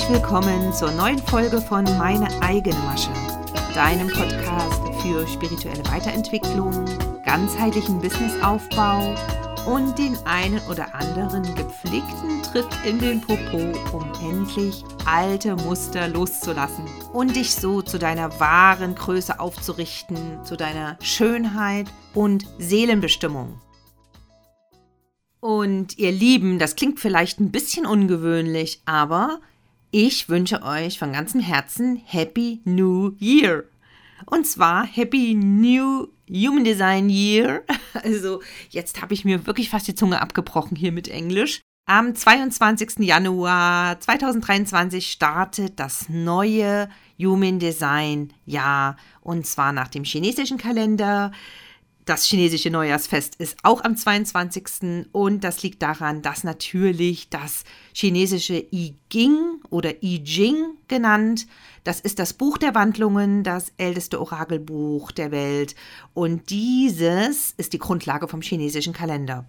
Herzlich willkommen zur neuen Folge von Meine eigene Masche, deinem Podcast für spirituelle Weiterentwicklung, ganzheitlichen Businessaufbau und den einen oder anderen gepflegten Tritt in den Popo, um endlich alte Muster loszulassen und dich so zu deiner wahren Größe aufzurichten, zu deiner Schönheit und Seelenbestimmung. Und ihr Lieben, das klingt vielleicht ein bisschen ungewöhnlich, aber ich wünsche euch von ganzem Herzen Happy New Year. Und zwar Happy New Human Design Year. Also jetzt habe ich mir wirklich fast die Zunge abgebrochen hier mit Englisch. Am 22. Januar 2023 startet das neue Human Design Jahr. Und zwar nach dem chinesischen Kalender. Das chinesische Neujahrsfest ist auch am 22. Und das liegt daran, dass natürlich das chinesische I Ching oder I Ching genannt, das ist das Buch der Wandlungen, das älteste Orakelbuch der Welt. Und dieses ist die Grundlage vom chinesischen Kalender.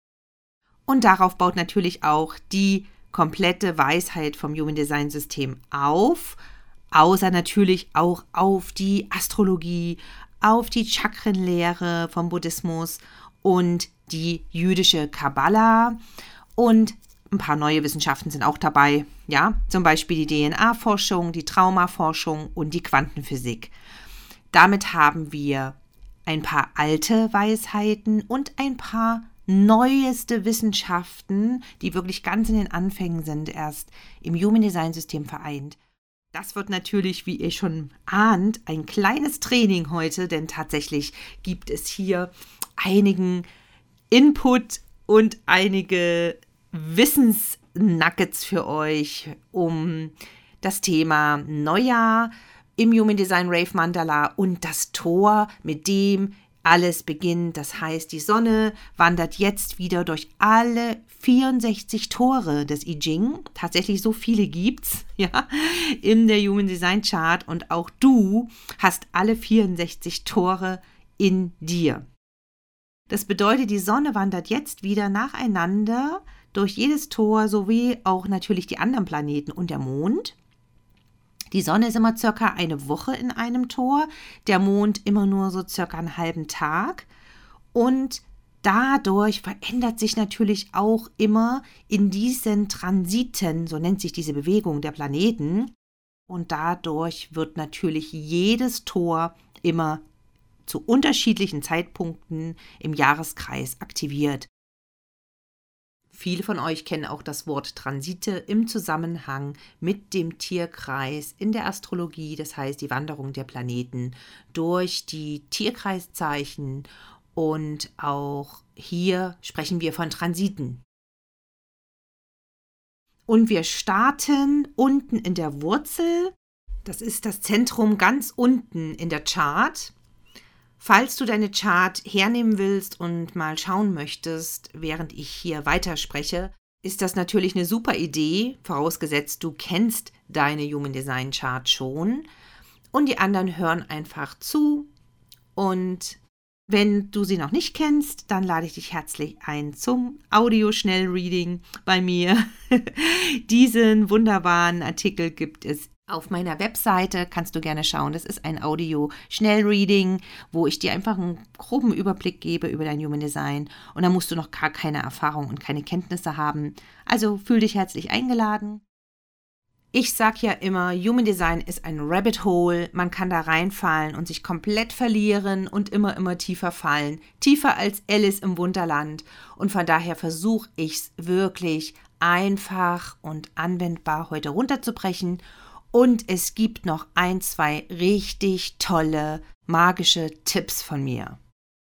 Und darauf baut natürlich auch die komplette Weisheit vom Human Design System auf, außer natürlich auch auf die Astrologie, auf die Chakrenlehre vom Buddhismus und die jüdische Kabbala und ein paar neue Wissenschaften sind auch dabei, ja, zum Beispiel die DNA-Forschung, die Traumaforschung und die Quantenphysik. Damit haben wir ein paar alte Weisheiten und ein paar neueste Wissenschaften, die wirklich ganz in den Anfängen sind, erst im Human Design System vereint. Das wird natürlich, wie ihr schon ahnt, ein kleines Training heute, denn tatsächlich gibt es hier einigen Input und einige Wissensnuggets für euch um das Thema Neujahr im Human Design Rave Mandala und das Tor, mit dem alles beginnt. Das heißt, die Sonne wandert jetzt wieder durch alle 64 Tore des I Ching. Tatsächlich so viele gibt's, ja, in der Human Design Chart und auch du hast alle 64 Tore in dir. Das bedeutet, die Sonne wandert jetzt wieder nacheinander durch jedes Tor, sowie auch natürlich die anderen Planeten und der Mond. Die Sonne ist immer circa eine Woche in einem Tor, der Mond immer nur so circa einen halben Tag und dadurch verändert sich natürlich auch immer in diesen Transiten, so nennt sich diese Bewegung der Planeten und dadurch wird natürlich jedes Tor immer zu unterschiedlichen Zeitpunkten im Jahreskreis aktiviert. Viele von euch kennen auch das Wort Transite im Zusammenhang mit dem Tierkreis in der Astrologie, das heißt die Wanderung der Planeten durch die Tierkreiszeichen und auch hier sprechen wir von Transiten. Und wir starten unten in der Wurzel, das ist das Zentrum ganz unten in der Chart. Falls du deine Chart hernehmen willst und mal schauen möchtest, während ich hier weiterspreche, ist das natürlich eine super Idee, vorausgesetzt du kennst deine Human Design Chart schon und die anderen hören einfach zu und wenn du sie noch nicht kennst, dann lade ich dich herzlich ein zum Audio-Schnellreading bei mir. Diesen wunderbaren Artikel gibt es auf meiner Webseite, kannst du gerne schauen. Das ist ein Audio-Schnellreading, wo ich dir einfach einen groben Überblick gebe über dein Human Design. Und da musst du noch gar keine Erfahrung und keine Kenntnisse haben. Also fühl dich herzlich eingeladen. Ich sage ja immer, Human Design ist ein Rabbit Hole. Man kann da reinfallen und sich komplett verlieren und immer tiefer fallen. Tiefer als Alice im Wunderland. Und von daher versuche ich es wirklich einfach und anwendbar heute runterzubrechen. Und es gibt noch 1, 2 richtig tolle, magische Tipps von mir.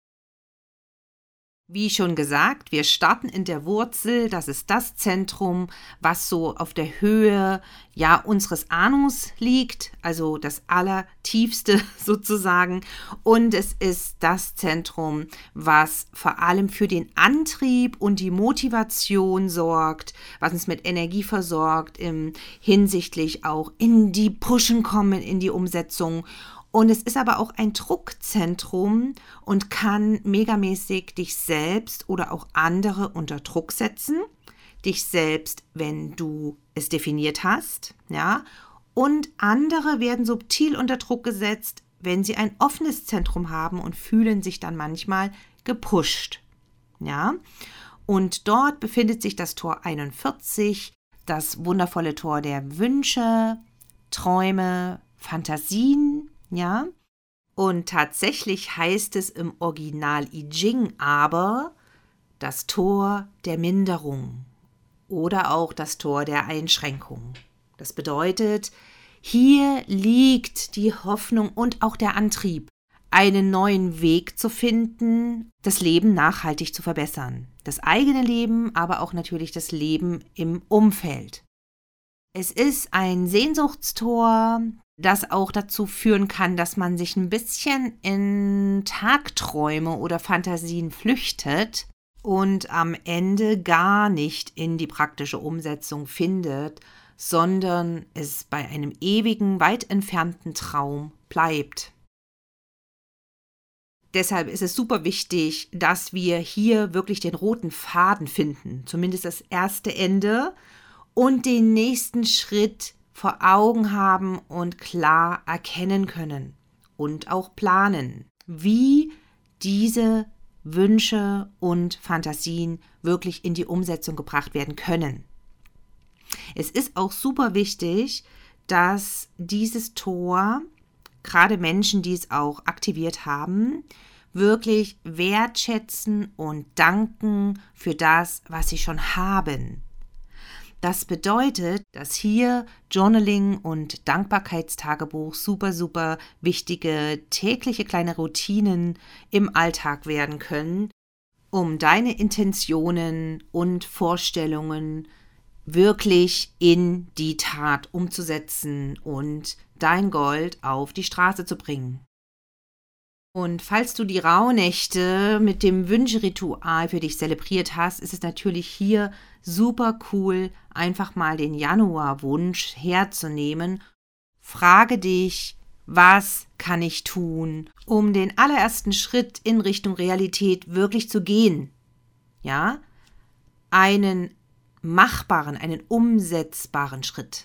Wie schon gesagt, wir starten in der Wurzel, das ist das Zentrum, was so auf der Höhe unseres Anus liegt, also das Allertiefste sozusagen. Und es ist das Zentrum, was vor allem für den Antrieb und die Motivation sorgt, was uns mit Energie versorgt, hinsichtlich auch in die Pushen kommen, in die Umsetzung. Und es ist aber auch ein Druckzentrum und kann megamäßig dich selbst oder auch andere unter Druck setzen. dich selbst, wenn du es definiert hast, ja, und andere werden subtil unter Druck gesetzt, wenn sie ein offenes Zentrum haben und fühlen sich dann manchmal gepusht, ja. Und dort befindet sich das Tor 41, das wundervolle Tor der Wünsche, Träume, Fantasien, ja. Und tatsächlich heißt es im Original I Ching aber das Tor der Minderung oder auch das Tor der Einschränkung. Das bedeutet, hier liegt die Hoffnung und auch der Antrieb, einen neuen Weg zu finden, das Leben nachhaltig zu verbessern. Das eigene Leben, aber auch natürlich das Leben im Umfeld. Es ist ein Sehnsuchtstor, das auch dazu führen kann, dass man sich ein bisschen in Tagträume oder Fantasien flüchtet und am Ende gar nicht in die praktische Umsetzung findet, sondern es bei einem ewigen, weit entfernten Traum bleibt. Deshalb ist es super wichtig, dass wir hier wirklich den roten Faden finden, zumindest das erste Ende, und den nächsten Schritt vor Augen haben und klar erkennen können und auch planen, wie diese Wünsche und Fantasien wirklich in die Umsetzung gebracht werden können. Es ist auch super wichtig, dass dieses Tor, gerade Menschen, die es auch aktiviert haben, wirklich wertschätzen und danken für das, was sie schon haben. Das bedeutet, dass hier Journaling und Dankbarkeitstagebuch super, super wichtige tägliche kleine Routinen im Alltag werden können, um deine Intentionen und Vorstellungen wirklich in die Tat umzusetzen und dein Gold auf die Straße zu bringen. Und falls du die Rauhnächte mit dem Wünschritual für dich zelebriert hast, ist es natürlich hier super cool, einfach mal den Januarwunsch herzunehmen. Frage dich, was kann ich tun, um den allerersten Schritt in Richtung Realität wirklich zu gehen? Ja, einen machbaren, einen umsetzbaren Schritt.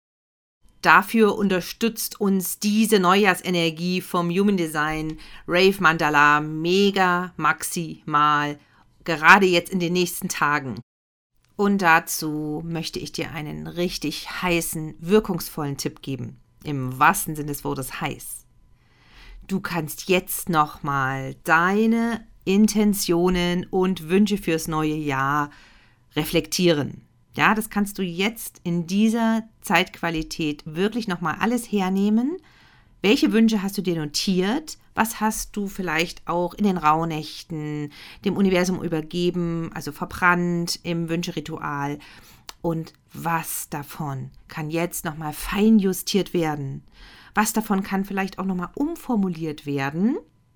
Dafür unterstützt uns diese Neujahrsenergie vom Human Design Rave Mandala mega maximal, gerade jetzt in den nächsten Tagen. Und dazu möchte ich dir einen richtig heißen, wirkungsvollen Tipp geben. Im wahrsten Sinne des Wortes heiß. Du kannst jetzt nochmal deine Intentionen und Wünsche fürs neue Jahr reflektieren. Ja, das kannst du jetzt in dieser Zeitqualität wirklich nochmal alles hernehmen. Welche Wünsche hast du dir notiert? Was hast du vielleicht auch in den Rauhnächten dem Universum übergeben, also verbrannt im Wünscheritual? Und was davon kann jetzt nochmal fein justiert werden? Was davon kann vielleicht auch nochmal umformuliert werden?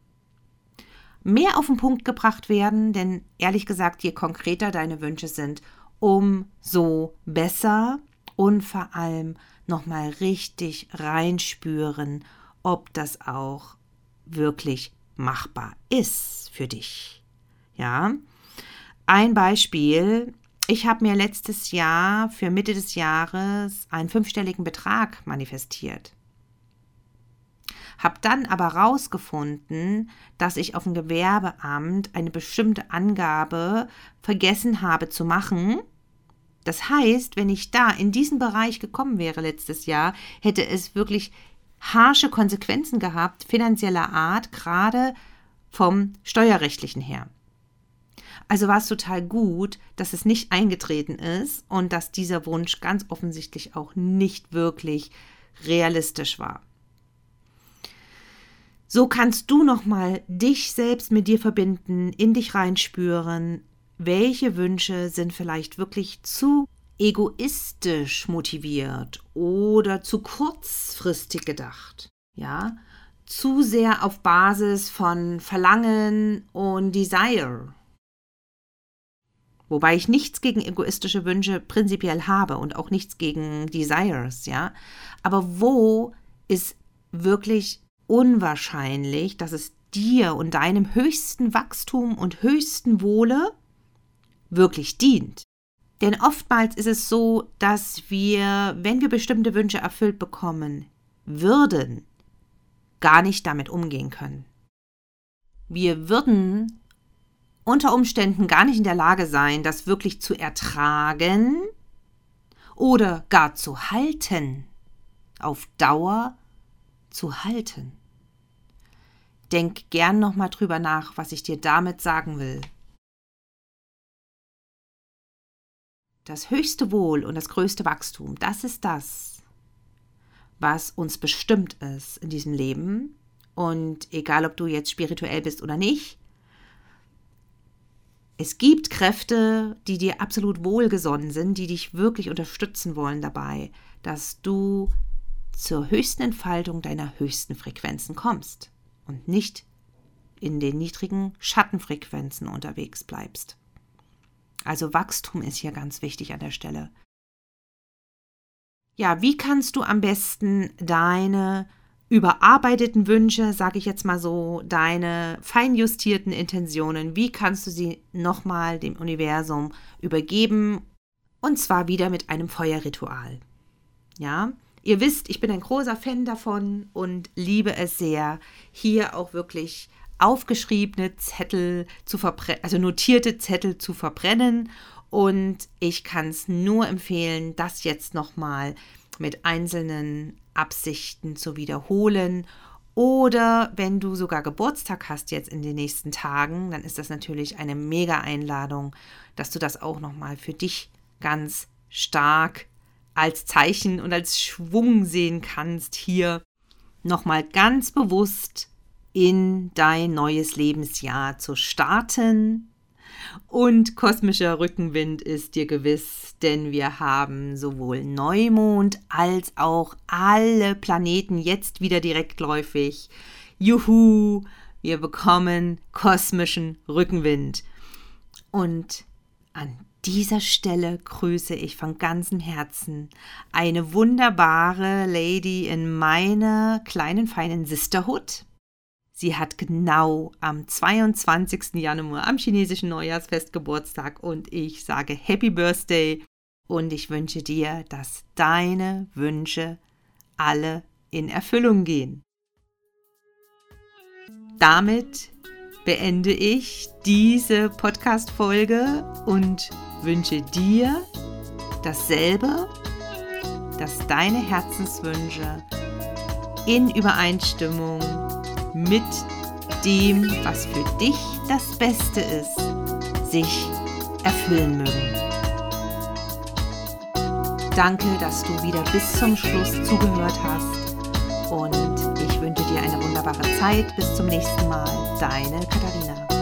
Mehr auf den Punkt gebracht werden, denn ehrlich gesagt, je konkreter deine Wünsche sind, umso besser und vor allem nochmal richtig reinspüren, ob das auch wirklich machbar ist für dich. Ja, ein Beispiel. Ich habe mir letztes Jahr für Mitte des Jahres einen 5-stelligen Betrag manifestiert. Habe dann aber rausgefunden, dass ich auf dem Gewerbeamt eine bestimmte Angabe vergessen habe zu machen. Das heißt, wenn ich da in diesen Bereich gekommen wäre letztes Jahr, hätte es wirklich harsche Konsequenzen gehabt, finanzieller Art, gerade vom Steuerrechtlichen her. Also war es total gut, dass es nicht eingetreten ist und dass dieser Wunsch ganz offensichtlich auch nicht wirklich realistisch war. So kannst du nochmal dich selbst mit dir verbinden, in dich reinspüren, welche Wünsche sind vielleicht wirklich zu egoistisch motiviert oder zu kurzfristig gedacht, ja, zu sehr auf Basis von Verlangen und Desire. Wobei ich nichts gegen egoistische Wünsche prinzipiell habe und auch nichts gegen Desires, ja. Aber wo ist wirklich unwahrscheinlich, dass es dir und deinem höchsten Wachstum und höchsten Wohle wirklich dient? Denn oftmals ist es so, dass wir, wenn wir bestimmte Wünsche erfüllt bekommen würden, gar nicht damit umgehen können. Wir würden unter Umständen gar nicht in der Lage sein, das wirklich zu ertragen oder gar zu halten, auf Dauer zu halten. Denk gern nochmal drüber nach, was ich dir damit sagen will. Das höchste Wohl und das größte Wachstum, das ist das, was uns bestimmt ist in diesem Leben. Und egal, ob du jetzt spirituell bist oder nicht, es gibt Kräfte, die dir absolut wohlgesonnen sind, die dich wirklich unterstützen wollen dabei, dass du zur höchsten Entfaltung deiner höchsten Frequenzen kommst und nicht in den niedrigen Schattenfrequenzen unterwegs bleibst. Also Wachstum ist hier ganz wichtig an der Stelle. Ja, wie kannst du am besten deine überarbeiteten Wünsche, sage ich jetzt mal so, deine feinjustierten Intentionen, wie kannst du sie nochmal dem Universum übergeben? Und zwar wieder mit einem Feuerritual. Ja, ihr wisst, ich bin ein großer Fan davon und liebe es sehr, hier auch wirklich aufgeschriebene Zettel zu verbrennen, also notierte Zettel zu verbrennen. Und ich kann es nur empfehlen, das jetzt nochmal mit einzelnen Absichten zu wiederholen. Oder wenn du sogar Geburtstag hast jetzt in den nächsten Tagen, dann ist das natürlich eine mega Einladung, dass du das auch nochmal für dich ganz stark als Zeichen und als Schwung sehen kannst, hier nochmal ganz bewusst in dein neues Lebensjahr zu starten. Und kosmischer Rückenwind ist dir gewiss, denn wir haben sowohl Neumond als auch alle Planeten jetzt wieder direktläufig. Juhu, wir bekommen kosmischen Rückenwind. Und an dieser Stelle grüße ich von ganzem Herzen eine wunderbare Lady in meiner kleinen, feinen Sisterhood. Sie hat genau am 22. Januar am chinesischen Neujahrsfest Geburtstag und ich sage Happy Birthday und ich wünsche dir, dass deine Wünsche alle in Erfüllung gehen. Damit beende ich diese Podcast-Folge und wünsche dir dasselbe, dass deine Herzenswünsche in Übereinstimmung mit dem, was für dich das Beste ist, sich erfüllen mögen. Danke, dass du wieder bis zum Schluss zugehört hast und ich wünsche dir eine wunderbare Zeit. Bis zum nächsten Mal. Deine Katharina.